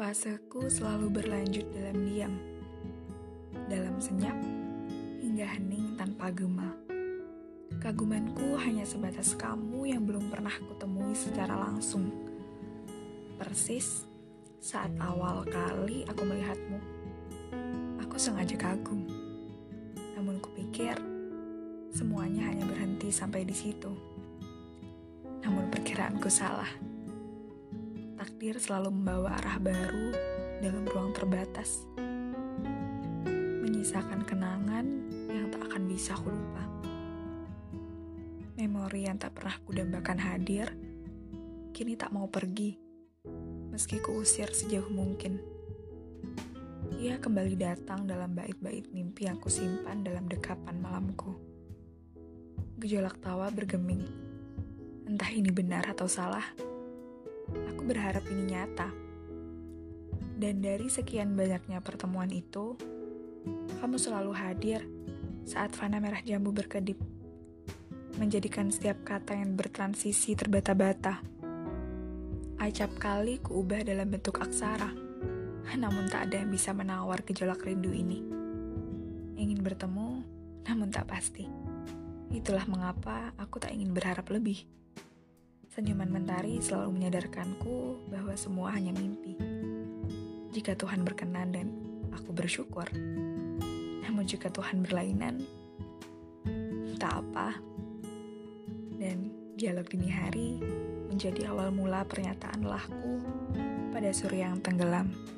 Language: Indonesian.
Faseku selalu berlanjut dalam diam, dalam senyap, hingga hening tanpa gema. Kagumanku hanya sebatas kamu yang belum pernah kutemui secara langsung. Persis saat awal kali aku melihatmu, aku sengaja kagum. Namun kupikir semuanya hanya berhenti sampai di situ. Namun perkiraanku salah. Takdir selalu membawa arah baru dalam ruang terbatas, menyisakan kenangan yang tak akan bisa kulupa. Memori yang tak pernah kudambakan hadir, kini tak mau pergi, meski kuusir sejauh mungkin. Ia kembali datang dalam bait-bait mimpi yang kusimpan dalam dekapan malamku. Gejolak tawa bergeming, entah ini benar atau salah. Aku berharap ini nyata. Dan dari sekian banyaknya pertemuan itu, kamu selalu hadir saat fana merah jambu berkedip, menjadikan setiap kata yang bertransisi terbata-bata. Acap kali kuubah dalam bentuk aksara, namun tak ada yang bisa menawar gejolak rindu ini. Ingin bertemu, namun tak pasti. Itulah mengapa aku tak ingin berharap lebih. Senyuman mentari selalu menyadarkanku bahwa semua hanya mimpi. Jika Tuhan berkenan dan aku bersyukur. Namun jika Tuhan berlainan, tak apa. Dan dialog dini hari menjadi awal mula pernyataan lahku pada surya yang tenggelam.